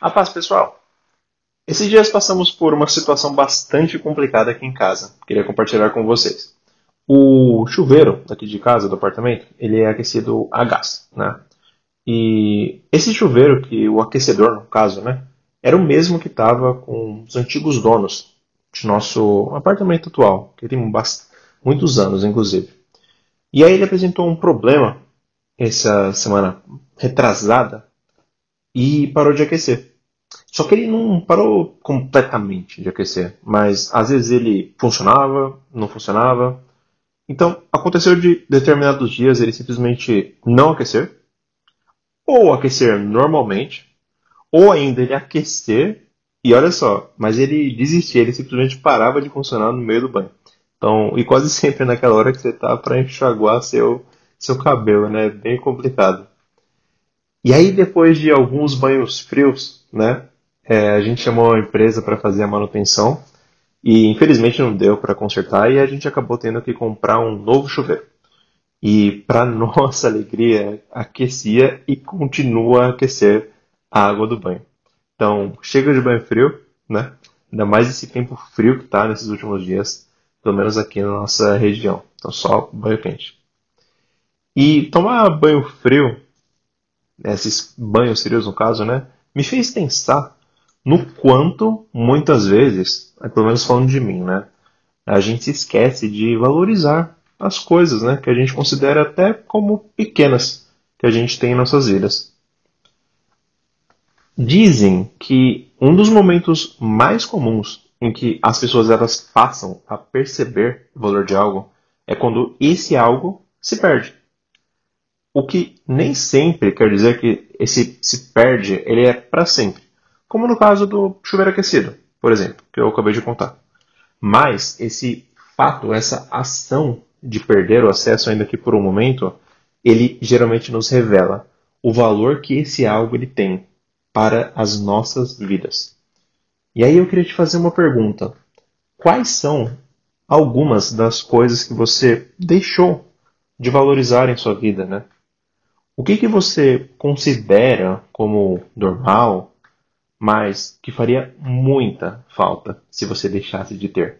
A paz, pessoal! Esses dias passamos por uma situação bastante complicada aqui em casa. Queria compartilhar com vocês. O chuveiro daqui de casa, do apartamento, ele é aquecido a gás, né? E esse chuveiro, que o aquecedor, no caso, né, era o mesmo que estava com os antigos donos de nosso apartamento atual, que tem muitos anos, inclusive. E aí ele apresentou um problema essa semana retrasada e parou de aquecer. Só que ele não parou completamente de aquecer, mas às vezes ele funcionava, não funcionava. Então aconteceu de determinados dias ele simplesmente não aquecer, ou aquecer normalmente, ou ainda ele aquecer e olha só, mas ele desistia, ele simplesmente parava de funcionar no meio do banho. Então, e quase sempre naquela hora que você tá para enxaguar seu cabelo, né? Bem complicado. E aí, depois de alguns banhos frios, né, a gente chamou a empresa para fazer a manutenção e infelizmente não deu para consertar e a gente acabou tendo que comprar um novo chuveiro. E para nossa alegria, aquecia e continua a aquecer a água do banho. Então, chega de banho frio, né? Ainda mais esse tempo frio que está nesses últimos dias, pelo menos aqui na nossa região. Então, só banho quente. E tomar banho frio, esses banhos frios no caso, né, me fez pensar no quanto, muitas vezes, pelo menos falando de mim, né, a gente se esquece de valorizar as coisas, né, que a gente considera até como pequenas que a gente tem em nossas vidas. Dizem que um dos momentos mais comuns em que as pessoas elas passam a perceber o valor de algo é quando esse algo se perde. O que nem sempre quer dizer que esse se perde, ele é para sempre. Como no caso do chuveiro aquecido, por exemplo, que eu acabei de contar. Mas esse fato, essa ação de perder o acesso ainda que por um momento, ele geralmente nos revela o valor que esse algo ele tem para as nossas vidas. E aí eu queria te fazer uma pergunta. Quais são algumas das coisas que você deixou de valorizar em sua vida, né? O que você considera como normal, mas que faria muita falta se você deixasse de ter?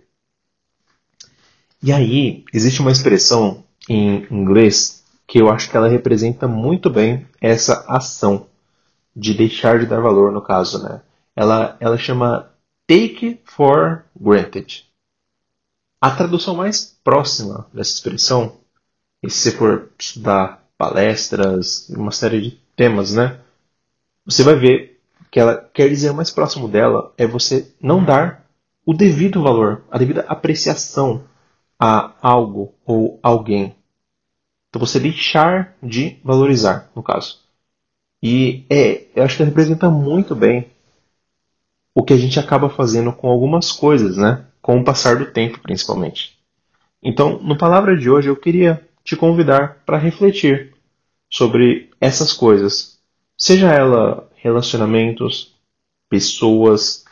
E aí, existe uma expressão em inglês que eu acho que ela representa muito bem essa ação de deixar de dar valor, no caso, né? Ela chama take for granted. A tradução mais próxima dessa expressão, e se você for estudar palestras, uma série de temas, né? Você vai ver que ela quer dizer o mais próximo dela é você não dar o devido valor, a devida apreciação a algo ou alguém. Então você deixar de valorizar, no caso. E eu acho que ela representa muito bem o que a gente acaba fazendo com algumas coisas, né? Com o passar do tempo, principalmente. Então, no Palavra de hoje, eu queria te convidar para refletir sobre essas coisas. Seja ela relacionamentos, pessoas,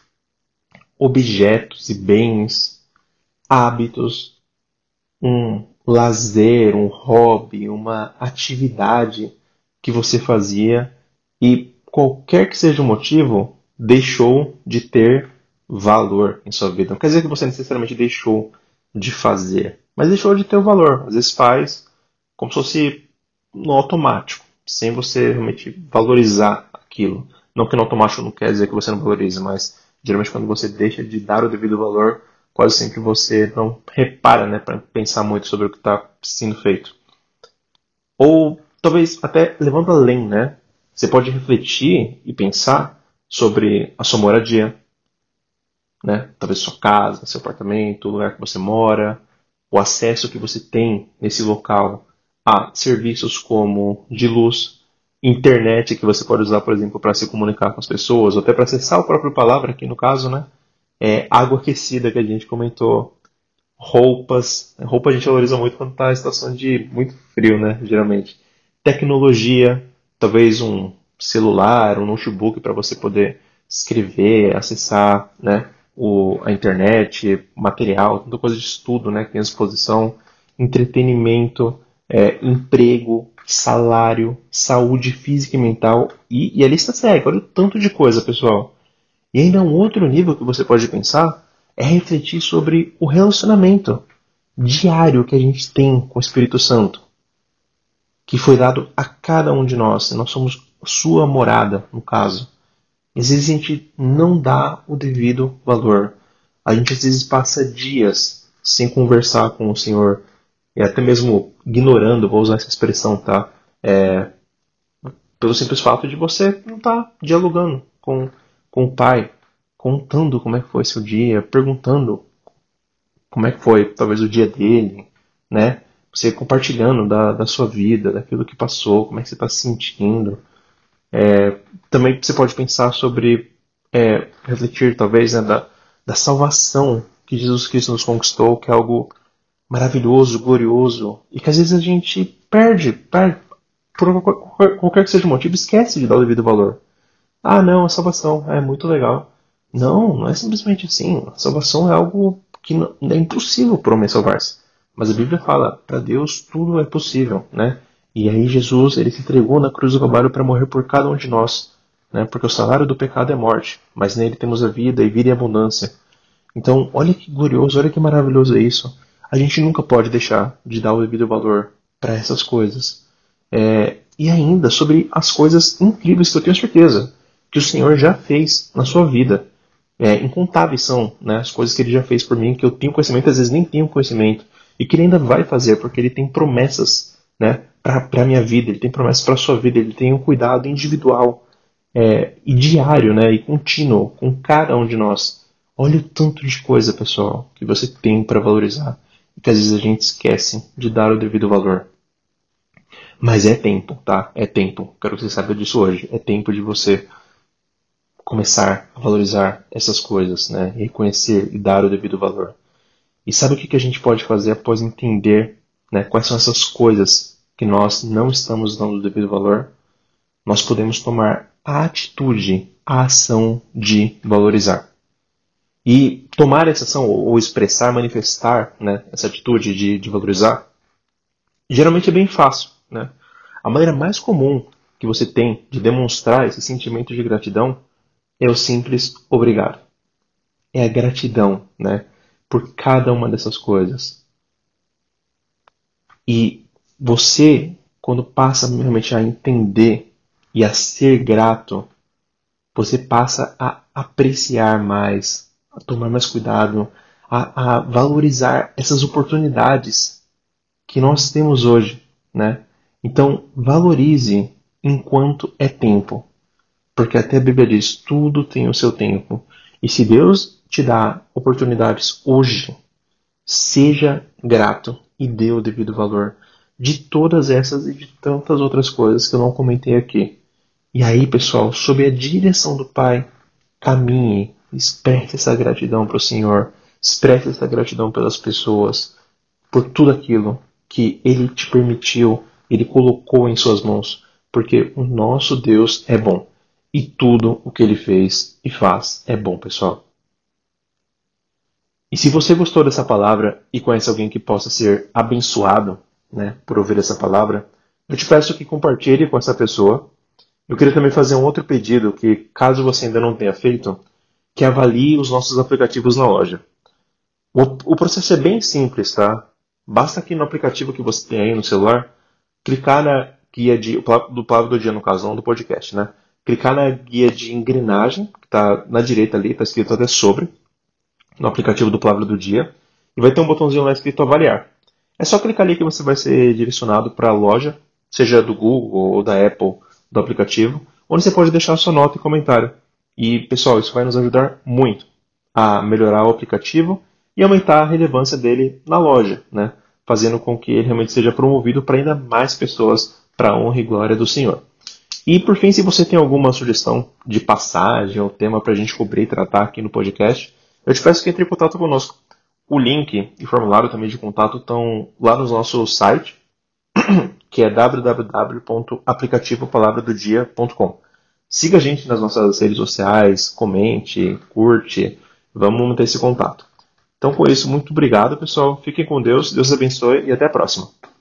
objetos e bens, hábitos, um lazer, um hobby, uma atividade que você fazia e qualquer que seja o motivo, deixou de ter valor em sua vida. Não quer dizer que você necessariamente deixou de fazer, mas deixou de ter o valor. Às vezes faz como se fosse no automático, sem você realmente valorizar aquilo. Não que no automático não quer dizer que você não valoriza, mas geralmente quando você deixa de dar o devido valor, quase sempre você não repara, né, para pensar muito sobre o que está sendo feito. Ou talvez até levando além, né? Você pode refletir e pensar sobre a sua moradia, né? Talvez sua casa, seu apartamento, o lugar que você mora, o acesso que você tem nesse local a serviços como de luz, internet que você pode usar, por exemplo, para se comunicar com as pessoas, ou até para acessar o próprio palavra, aqui no caso, né? Água aquecida que a gente comentou, roupas. Roupa a gente valoriza muito quando está em situação de muito frio, né? Geralmente. Tecnologia, talvez um celular, um notebook para você poder escrever, acessar, né? A internet, material, tanta coisa de estudo, né? Que tem à disposição, entretenimento, emprego, salário, saúde física e mental, e a lista segue. Olha o tanto de coisa, pessoal. E ainda um outro nível que você pode pensar é refletir sobre o relacionamento diário que a gente tem com o Espírito Santo, que foi dado a cada um de nós. Nós somos sua morada, no caso. Às vezes a gente não dá o devido valor. A gente às vezes passa dias sem conversar com o Senhor, e até mesmo ignorando, vou usar essa expressão, tá? Pelo simples fato de você não estar dialogando com o Pai, contando como é que foi seu dia, perguntando como é que foi talvez o dia dele, né? Você compartilhando da sua vida, daquilo que passou, como é que você está se sentindo. Também você pode pensar sobre refletir talvez, né, da salvação que Jesus Cristo nos conquistou, que é algo maravilhoso, glorioso, e que às vezes a gente perde por qualquer que seja o motivo, esquece de dar o devido valor. Ah, não, a salvação é muito legal. Não, não é simplesmente assim. A salvação é algo que é impossível para o homem salvar-se. Mas a Bíblia fala, para Deus tudo é possível, né? E aí Jesus, ele se entregou na cruz do Calvário para morrer por cada um de nós, né? Porque o salário do pecado é morte, mas nele temos a vida e vida em abundância. Então, olha que glorioso, olha que maravilhoso é isso. A gente nunca pode deixar de dar o devido valor para essas coisas. E ainda sobre as coisas incríveis que eu tenho certeza que o Senhor já fez na sua vida. Incontáveis são, né, as coisas que Ele já fez por mim, que eu tenho conhecimento, às vezes nem tenho conhecimento, e que Ele ainda vai fazer, porque Ele tem promessas, né, para a minha vida, Ele tem promessas para a sua vida, Ele tem um cuidado individual e diário, né, e contínuo com cada um de nós. Olha o tanto de coisa, pessoal, que você tem para valorizar, e que às vezes a gente esquece de dar o devido valor. Mas é tempo, tá? É tempo. Quero que você saiba disso hoje. É tempo de você começar a valorizar essas coisas, né? E reconhecer e dar o devido valor. E sabe o que a gente pode fazer após entender, né, quais são essas coisas que nós não estamos dando o devido valor? Nós podemos tomar a atitude, a ação de valorizar. E tomar essa ação, ou expressar, manifestar, né, essa atitude de valorizar, geralmente é bem fácil, né? A maneira mais comum que você tem de demonstrar esse sentimento de gratidão é o simples obrigado. É a gratidão, né, por cada uma dessas coisas. E você, quando passa realmente a entender e a ser grato, você passa a apreciar mais, a tomar mais cuidado, a valorizar essas oportunidades que nós temos hoje, né? Então, valorize enquanto é tempo. Porque até a Bíblia diz, tudo tem o seu tempo. E se Deus te dá oportunidades hoje, seja grato e dê o devido valor de todas essas e de tantas outras coisas que eu não comentei aqui. E aí, pessoal, sob a direção do Pai, caminhe, expresse essa gratidão para o Senhor, expresse essa gratidão pelas pessoas, por tudo aquilo que Ele te permitiu, Ele colocou em suas mãos, porque o nosso Deus é bom. E tudo o que Ele fez e faz é bom, pessoal. E se você gostou dessa palavra e conhece alguém que possa ser abençoado, né, por ouvir essa palavra, eu te peço que compartilhe com essa pessoa. Eu queria também fazer um outro pedido, que caso você ainda não tenha feito, que avalie os nossos aplicativos na loja. O processo é bem simples, tá? Basta que no aplicativo que você tem aí no celular, clicar na guia do Palavra do Dia, no caso, não do podcast, né? Clicar na guia de engrenagem, que está na direita ali, está escrito até sobre, no aplicativo do Palavra do Dia, e vai ter um botãozinho lá escrito avaliar. É só clicar ali que você vai ser direcionado para a loja, seja do Google ou da Apple, do aplicativo, onde você pode deixar a sua nota e comentário. E, pessoal, isso vai nos ajudar muito a melhorar o aplicativo e aumentar a relevância dele na loja, né? Fazendo com que ele realmente seja promovido para ainda mais pessoas, para a honra e glória do Senhor. E, por fim, se você tem alguma sugestão de passagem ou tema para a gente cobrir e tratar aqui no podcast, eu te peço que entre em contato conosco. O link e formulário também de contato estão lá no nosso site, que é www.aplicativopalavradodia.com. Siga a gente nas nossas redes sociais, comente, curte, vamos manter esse contato. Então, com isso, muito obrigado, pessoal. Fiquem com Deus, Deus abençoe e até a próxima.